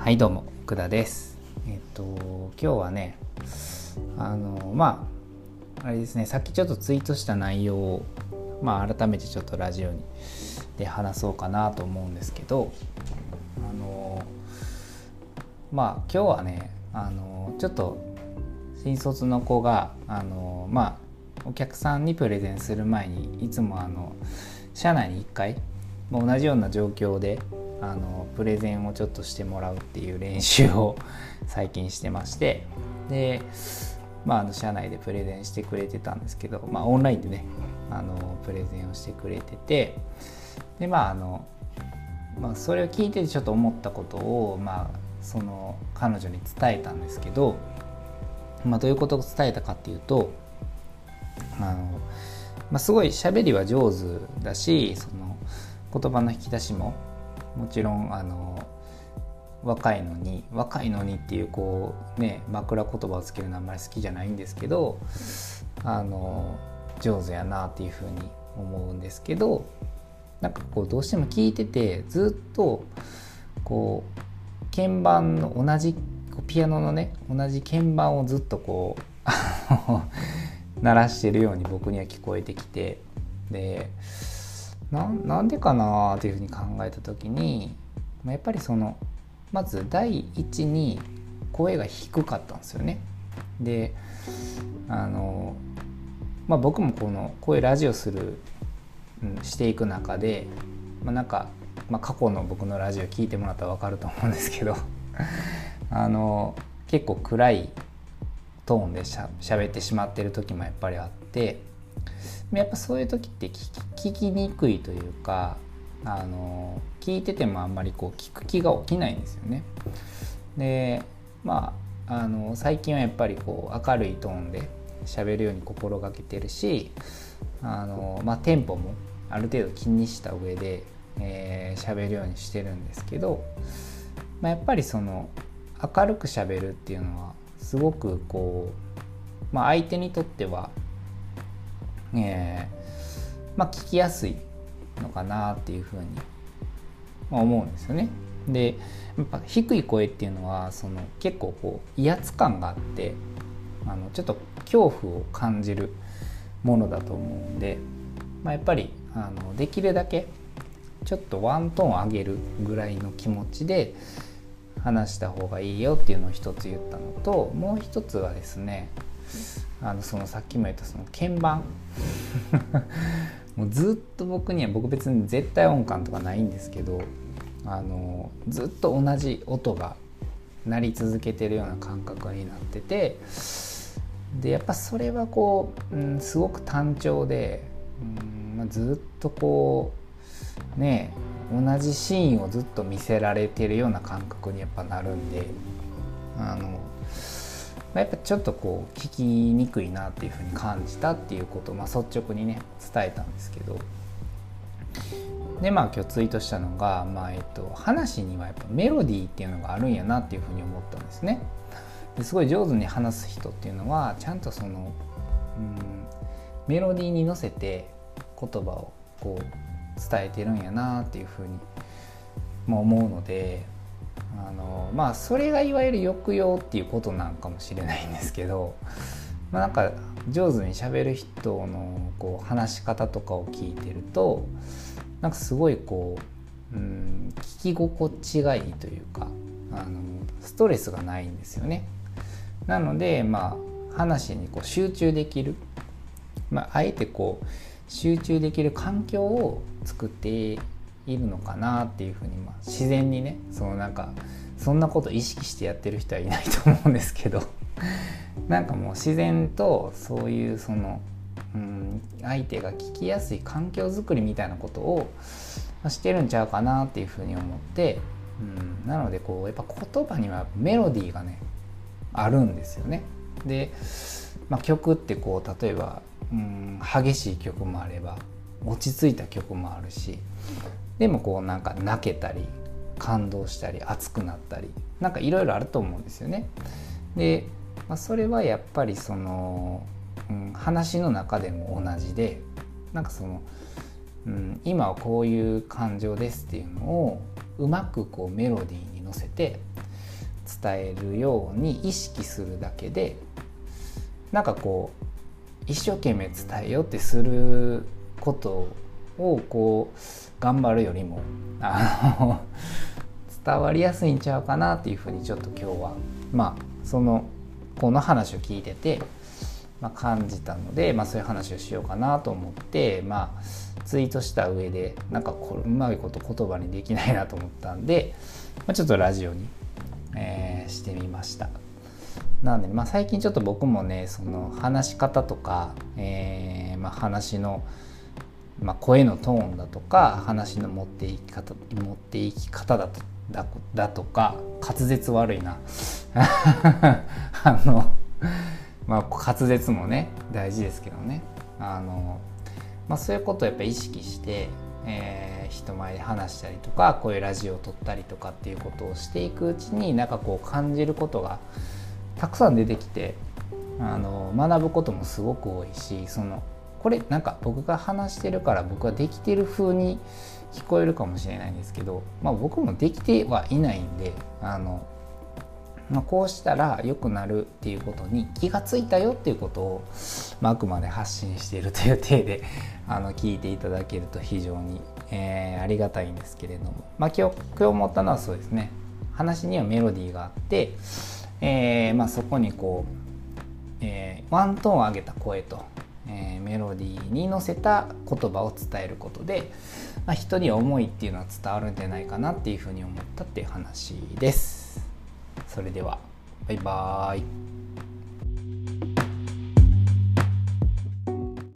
はいどうも奥田です。今日はねあれですね、さっきちょっとツイートした内容を改めてちょっとラジオで話そうかなと思うんですけど、今日はねちょっと新卒の子がお客さんにプレゼンする前にいつも社内に1回同じような状況でプレゼンをちょっとしてもらうっていう練習を最近してまして、で、社内でプレゼンしてくれてたんですけど、オンラインでねプレゼンをしてくれてて、でそれを聞いてちょっと思ったことをその彼女に伝えたんですけど、どういうことを伝えたかっていうと、すごい喋りは上手だし、その言葉の引き出しももちろん若いのにっていう枕言葉をつけるのはあんまり好きじゃないんですけど、上手やなっていうふうに思うんですけど、どうしても聞いててずっと鍵盤の同じピアノのね同じ鍵盤をずっと鳴らしてるように僕には聞こえてきて、でなんでかなっていうふうに考えた時に、やっぱりまず第一に声が低かったんですよね。で僕もこういうラジオしていく中で、過去の僕のラジオ聞いてもらったら分かると思うんですけど結構暗いトーンで喋ってしまってる時もやっぱりあって、やっぱそういう時って聞きにくいというか、聞いててもあんまり聞く気が起きないんですよね。で最近はやっぱり明るいトーンで喋るように心がけてるし、テンポもある程度気にした上で喋るようにしてるんですけど、やっぱり明るく喋るっていうのはすごく相手にとっては聞きやすいのかなっていうふうに思うんですよね。でやっぱ低い声っていうのは結構威圧感があってちょっと恐怖を感じるものだと思うんで、やっぱりできるだけちょっとワントーン上げるぐらいの気持ちで話した方がいいよっていうのを一つ言ったのと、もう一つはですね、さっきも言った鍵盤もうずっと僕別に絶対音感とかないんですけど、ずっと同じ音が鳴り続けてるような感覚になってて、でやっぱそれはすごく単調で、ずっと同じシーンをずっと見せられてるような感覚にやっぱなるんで、やっぱちょっと聞きにくいなっていうふうに感じたっていうことを率直にね伝えたんですけど、で今日ツイートしたのが、話にはやっぱメロディーっていうのがあるんやなっていうふうに思ったんですね。ですごい上手に話す人っていうのはちゃんとメロディーに乗せて言葉を伝えてるんやなっていうふうに思うので、それがいわゆる抑揚っていうことなんかもしれないんですけど、上手に喋る人の話し方とかを聞いてるとすごい聞き心地がいいというかストレスがないんですよね。なので話に集中できる、あえて集中できる環境を作っているのかなっていうふうに自然にねそんなこと意識してやってる人はいないと思うんですけどもう自然とそういう相手が聞きやすい環境づくりみたいなことをしてるんちゃうかなっていうふうに思って、なのでやっぱ言葉にはメロディーがねあるんですよね。で、曲って例えば激しい曲もあれば落ち着いた曲もあるし、でも泣けたり感動したり熱くなったりいろいろあると思うんですよね。で、それはやっぱり話の中でも同じで今はこういう感情ですっていうのをうまくメロディーに乗せて伝えるように意識するだけで、なんかこう一生懸命伝えようってすることをこう頑張るよりも伝わりやすいんちゃうかなっていうふうにちょっと今日はこの話を聞いてて、感じたので、そういう話をしようかなと思って、ツイートした上でなんかこれうまいこと言葉にできないなと思ったんで、ちょっとラジオに、してみました。なので、最近ちょっと僕もねその話し方とか、話の、声のトーンだとか話の持っていき方だとか、滑舌悪いな滑舌もね大事ですけどね、そういうことをやっぱり意識して、人前で話したりとかこういうラジオを撮ったりとかっていうことをしていくうちになんかこう感じることがたくさん出てきて、学ぶこともすごく多いし、これなんか僕が話してるから僕はできてる風に聞こえるかもしれないんですけど、僕もできてはいないんで、こうしたら良くなるっていうことに気がついたよっていうことを、あくまで発信しているという体で聞いていただけると非常に、ありがたいんですけれども、今日思ったのはそうですね、話にはメロディーがあって、そこにこう、ワントーン上げた声と、メロディーに乗せた言葉を伝えることで、人には思いっていうのは伝わるんじゃないかなっていうふうに思ったっていう話です。それではバイバーイ。